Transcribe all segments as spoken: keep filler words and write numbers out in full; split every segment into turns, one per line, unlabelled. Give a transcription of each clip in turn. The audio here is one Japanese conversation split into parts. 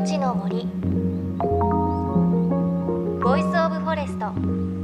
命の森ボイスオブフォレスト。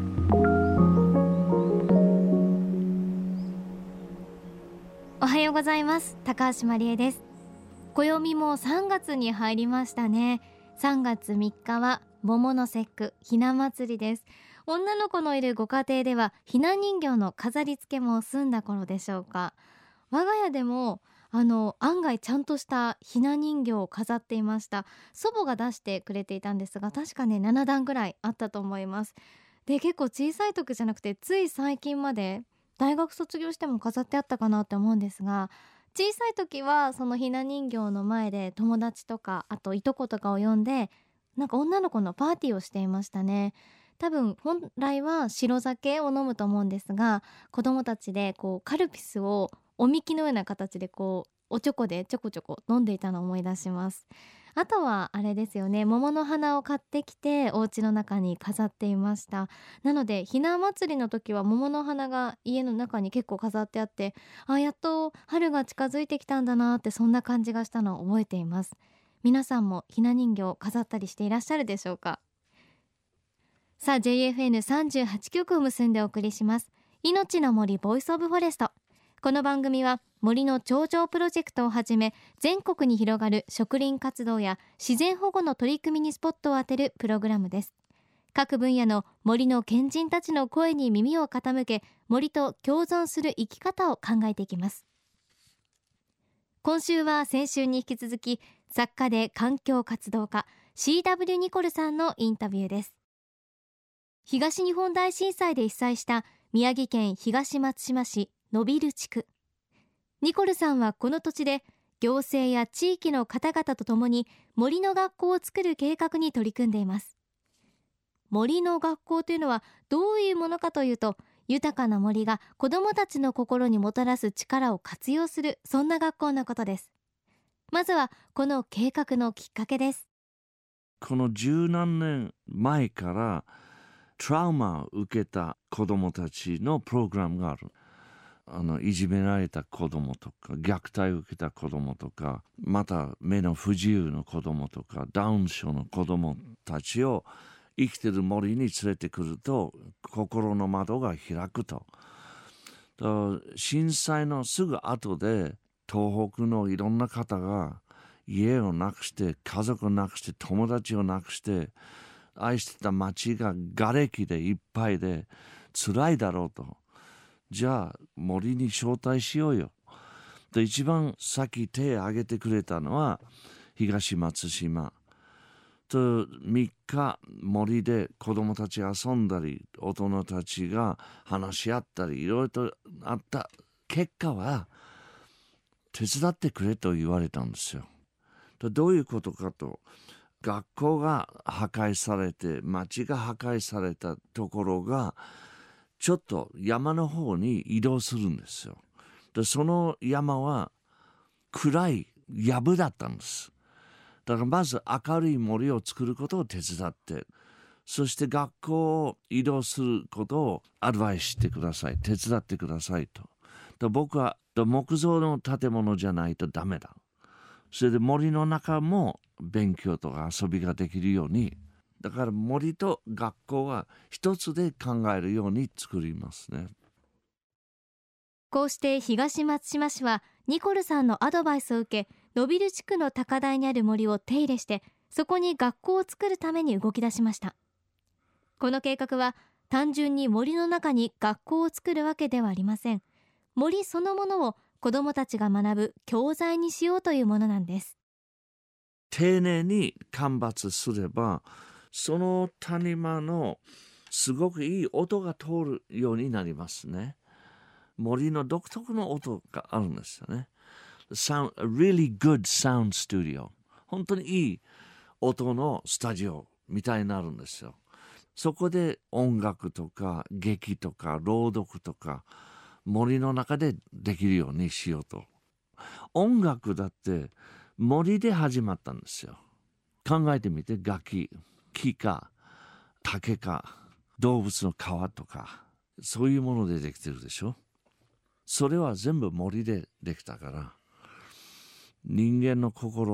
おはようございます。高橋真理恵です。暦もさんがつに入りましたね。さんがつみっかは桃の節句、ひな祭りです。女の子のいるご家庭ではひな人形の飾り付けも済んだ頃でしょうか。我が家でもあの案外ちゃんとしたひな人形を飾っていました。祖母が出してくれていたんですが、確かねななだんぐらいあったと思います。で結構小さい時じゃなくてつい最近まで大学卒業しても飾ってあったかなって思うんですが、小さい時はそのひな人形の前で友達とかあといとことかを呼んでなんか女の子のパーティーをしていましたね。多分本来は白酒を飲むと思うんですが、子供たちでこうカルピスをおみきのような形でこうおちょこでちょこちょこ飲んでいたのを思い出します。あとはあれですよね、桃の花を買ってきてお家の中に飾っていました。なのでひな祭りの時は桃の花が家の中に結構飾ってあって、あ、やっと春が近づいてきたんだなって、そんな感じがしたのを覚えています。皆さんもひな人形を飾ったりしていらっしゃるでしょうか。さあ ジェイエフエヌさんじゅうはち 局を結んでお送りします命の森ボイスオブフォレスト。この番組は森の頂上プロジェクトをはじめ全国に広がる植林活動や自然保護の取り組みにスポットを当てるプログラムです。各分野の森の賢人たちの声に耳を傾け、森と共存する生き方を考えていきます。今週は先週に引き続き作家で環境活動家 シーダブリュー ニコルさんのインタビューです。東日本大震災で被災した宮城県東松島市野蒜地区。ニコルさんはこの土地で行政や地域の方々と共に森の学校を作る計画に取り組んでいます。森の学校というのはどういうものかというと、豊かな森が子どもたちの心にもたらす力を活用する、そんな学校のことです。まずはこの計画のきっかけです。
この十何年前からトラウマを受けた子どもたちのプログラムがある。あのいじめられた子どもとか、虐待を受けた子どもとか、また目の不自由の子どもとか、ダウン症の子どもたちを生きてる森に連れてくると心の窓が開くと。震災のすぐ後で東北のいろんな方が家をなくして、家族をなくして、友達をなくして、愛してた町が瓦礫でいっぱいで辛いだろうと。じゃあ森に招待しようよ。で一番先手を挙げてくれたのは東松島と、みっか森で子供たち遊んだり大人たちが話し合ったりいろいろとあった結果は手伝ってくれと言われたんですよ。どういうことかと、学校が破壊されて町が破壊されたところがちょっと山の方に移動するんですよ。でその山は暗い藪だったんです。だからまず明るい森を作ることを手伝って、そして学校を移動することをアドバイスしてください、手伝ってくださいと。で僕は木造の建物じゃないとダメだ。それで森の中も勉強とか遊びができるように、だから森と学校は一つで考えるように作りますね。
こうして東松島市はニコルさんのアドバイスを受け、野蒜地区の高台にある森を手入れして、そこに学校を作るために動き出しました。この計画は単純に森の中に学校を作るわけではありません。森そのものを子どもたちが学ぶ教材にしようというものなんです。
丁寧に間伐すればその谷間のすごくいい音が通るようになりますね。森の独特の音があるんですよね。Sound, a really good sound studio。本当にいい音のスタジオみたいになるんですよ。そこで音楽とか劇とか朗読とか森の中でできるようにしようと。音楽だって森で始まったんですよ。考えてみて、楽器、木か竹か動物の皮とかそういうものでできてるでしょ。それは全部森でできたから、人間の心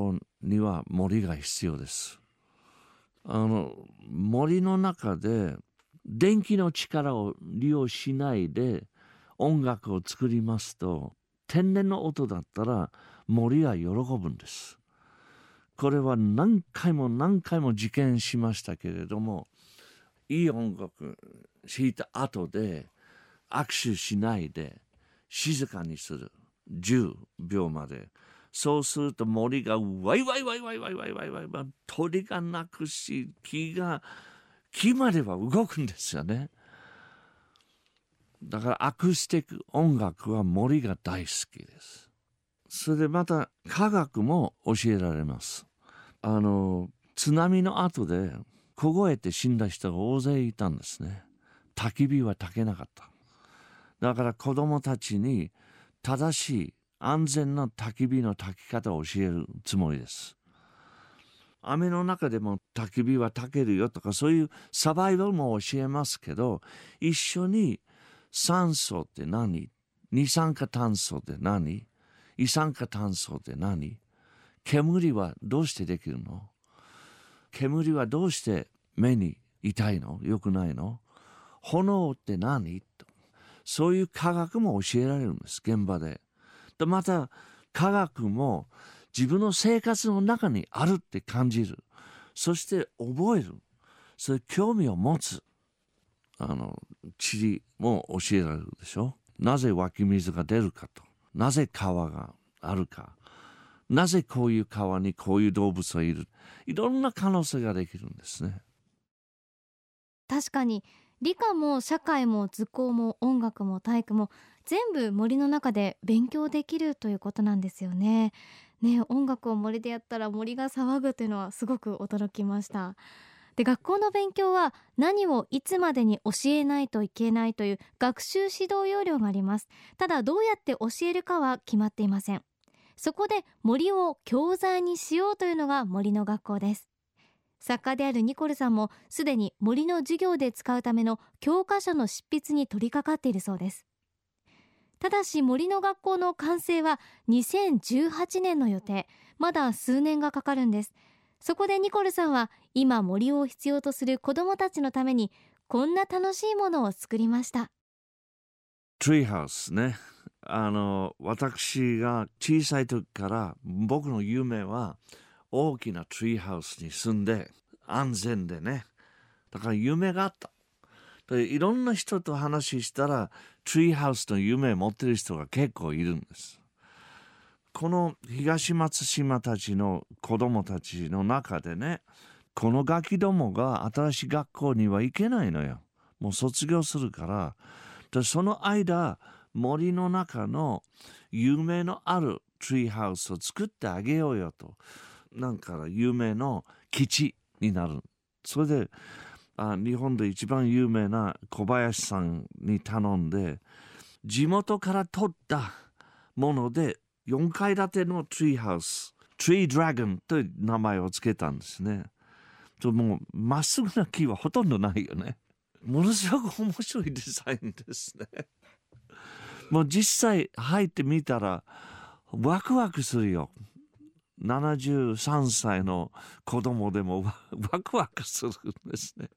には森が必要です。あの森の中で電気の力を利用しないで音楽を作りますと、天然の音だったら森は喜ぶんです。これは何回も何回も実験しましたけれども、いい音楽弾いた後で握手しないで静かにするじゅうびょうまで。そうすると森がワイワイワイワイワイワイワイワイワイ、鳥が鳴くし、木が木までは動くんですよね。だからアクスティック音楽は森が大好きです。それでまた科学も教えられます。あの津波の後で凍えて死んだ人が大勢いたんですね。焚き火は焚けなかった。だから子供たちに正しい安全な焚き火の焚き方を教えるつもりです。雨の中でも焚き火は焚けるよとか、そういうサバイバルも教えますけど、一緒に酸素って何、二酸化炭素って何、二酸化炭素って何、煙はどうしてできるの、煙はどうして目に痛いの、良くないの、炎って何と、そういう科学も教えられるんです、現場で。でまた科学も自分の生活の中にあるって感じる、そして覚える、そういう興味を持つ、あの地理も教えられるでしょ。なぜ湧き水が出るかと、なぜ川があるか、なぜこういう川にこういう動物がいる、いろんな可能性ができるんですね。
確かに理科も社会も図工も音楽も体育も全部森の中で勉強できるということなんですよね。ね、音楽を森でやったら森が騒ぐというのはすごく驚きました。で、学校の勉強は何をいつまでに教えないといけないという学習指導要領があります。ただどうやって教えるかは決まっていません。そこで森を教材にしようというのが森の学校です。作家であるニコルさんもすでに森の授業で使うための教科書の執筆に取り掛かっているそうです。ただし森の学校の完成はにせんじゅうはちねんの予定、まだ数年がかかるんです。そこでニコルさんは今森を必要とする子どもたちのためにこんな楽しいものを作りました。
トリーハウスね。あの私が小さい時から僕の夢は大きなトリーハウスに住んで安全でね。だから夢があった。でいろんな人と話したらトリーハウスの夢を持ってる人が結構いるんです。この東松島たちの子供たちの中でね、このガキどもが新しい学校には行けないのよ。もう卒業するから。でその間森の中の有名のあるトリーハウスを作ってあげようよと、なんか有名の基地になる。それであ日本で一番有名な小林さんに頼んで地元から取ったものでよんかい建てのトリーハウス、トリードラゴンという名前をつけたんですね。ともうまっすぐな木はほとんどないよね。ものすごく面白いデザインですね。もう実際入ってみたらワクワクするよ。ななじゅうさんさいの子供でもワクワクするんですね。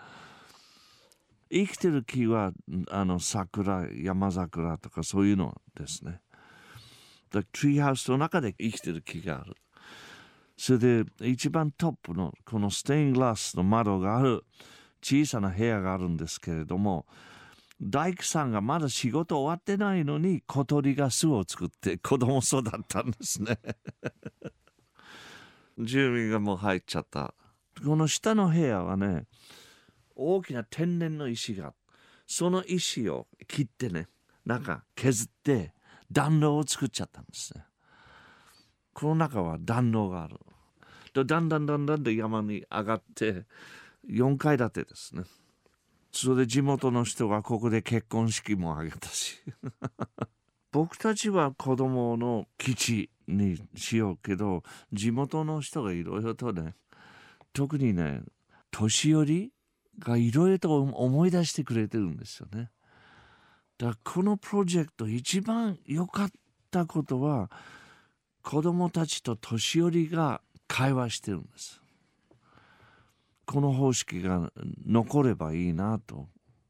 生きてる木はあの桜、山桜とかそういうのですね。だトリーハウスの中で生きてる木がある。それで一番トップのこのステイングラスの窓がある小さな部屋があるんですけれども、大工さんがまだ仕事終わってないのに小鳥が巣を作って子供育ったんですね。住民がもう入っちゃった。この下の部屋はね、大きな天然の石が、その石を切ってね、なんか削って暖炉を作っちゃったんですね。この中は暖炉がある。でだんだんだんだんで山に上がってよんかい建てですね。それで地元の人がここで結婚式も挙げたし僕たちは子供の基地にしようけど、地元の人がいろいろとね、特にね年寄りがいろいろと思い出してくれてるんですよね。だからこのプロジェクト一番良かったことは、子供たちと年寄りが会話してるんです。この方式が残ればいいなと。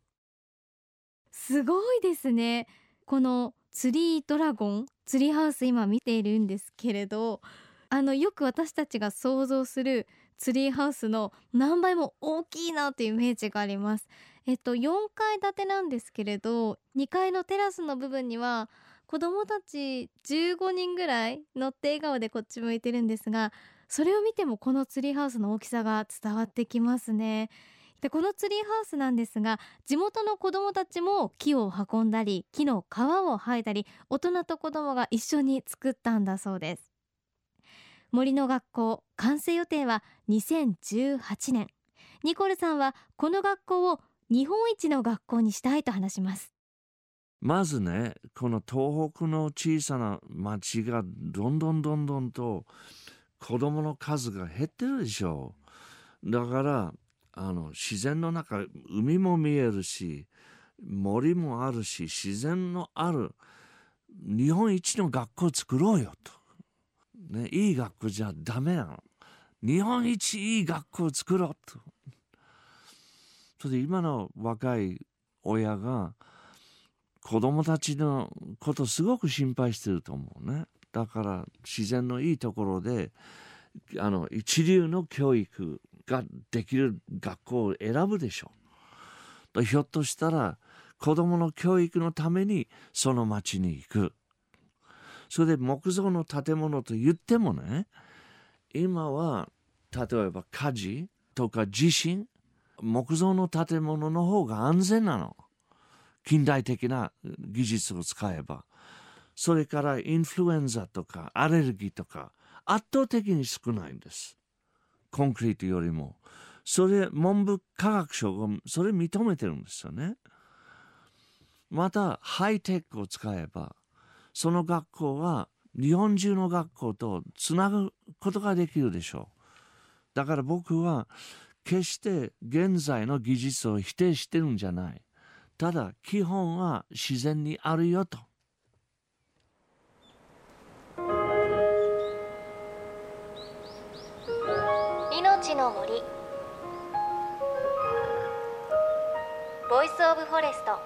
すごいですね。このツリードラゴン、ツリーハウス今見ているんですけれど、あのよく私たちが想像するツリーハウスの何倍も大きいなというイメージがあります。えっとよんかい建てなんですけれど、にかいのテラスの部分には子供たちじゅうごにんぐらい乗って笑顔でこっち向いてるんですが、それを見てもこのツリーハウスの大きさが伝わってきますね。でこのツリーハウスなんですが、地元の子どもたちも木を運んだり木の皮を剥いだり、大人と子どもが一緒に作ったんだそうです。森の学校完成予定はにせんじゅうはちねん。ニコルさんはこの学校を日本一の学校にしたいと話します。
まずね、この東北の小さな町がどんどんどんどんと子供の数が減ってるでしょう。だからあの自然の中、海も見えるし森もあるし、自然のある日本一の学校を作ろうよと、ね、いい学校じゃダメなの。日本一いい学校を作ろうと。それで今の若い親が子供たちのことすごく心配してると思うね。だから自然のいいところであの一流の教育ができる学校を選ぶでしょう。ひょっとしたら子供の教育のためにその町に行く。それで木造の建物と言ってもね、今は例えば火事とか地震、木造の建物の方が安全なの。近代的な技術を使えば。それからインフルエンザとかアレルギーとか圧倒的に少ないんです。コンクリートよりも。それ文部科学省がそれ認めてるんですよね。またハイテックを使えばその学校は日本中の学校とつなぐことができるでしょう。だから僕は決して現在の技術を否定してるんじゃない。ただ基本は自然にあるよと。
命の森ボイスオブフォレスト。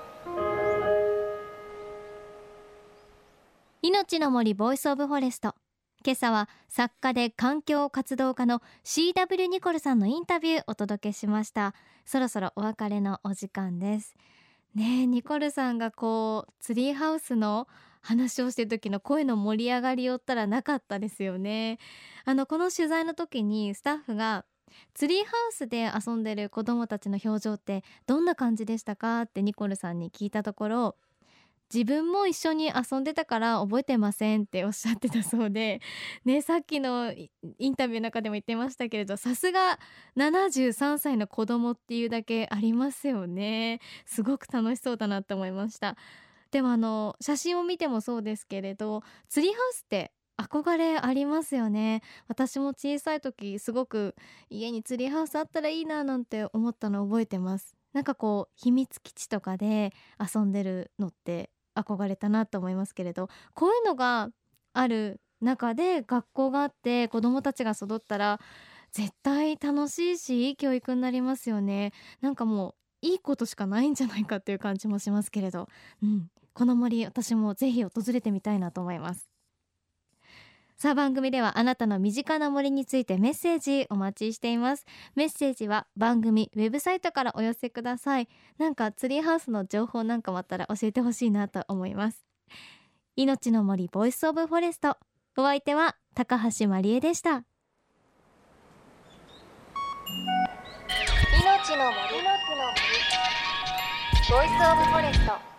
命の森ボイスオブフォレスト。今朝は作家で環境活動家の シーダブリュー ニコルさんのインタビューお届けしました。そろそろお別れのお時間ですね。えニコルさんがこうツリーハウスの話をしてる時の声の盛り上がりよったらなかったですよね。あのこの取材の時にスタッフがツリーハウスで遊んでる子どもたちの表情ってどんな感じでしたかってニコルさんに聞いたところ、自分も一緒に遊んでたから覚えてませんっておっしゃってたそうで、ね、さっきのインタビューの中でも言ってましたけれど、さすがななじゅうさんさいの子供っていうだけありますよね。すごく楽しそうだなって思いました。でもあの写真を見てもそうですけれど、ツリーハウスって憧れありますよね。私も小さい時すごく家にツリーハウスあったらいいななんて思ったのを覚えてます。なんかこう秘密基地とかで遊んでるのって憧れたなと思いますけれど、こういうのがある中で学校があって子どもたちが育ったら絶対楽しいしいい教育になりますよね。なんかもういいことしかないんじゃないかっていう感じもしますけれど、うん、この森私もぜひ訪れてみたいなと思います。さあ番組ではあなたの身近な森についてメッセージお待ちしています。メッセージは番組ウェブサイトからお寄せください。なんかツリーハウスの情報なんかもあったら教えてほしいなと思います。命の森ボイスオブフォレスト、お相手は高橋まりえでした。命の森ボイスオブフォレスト。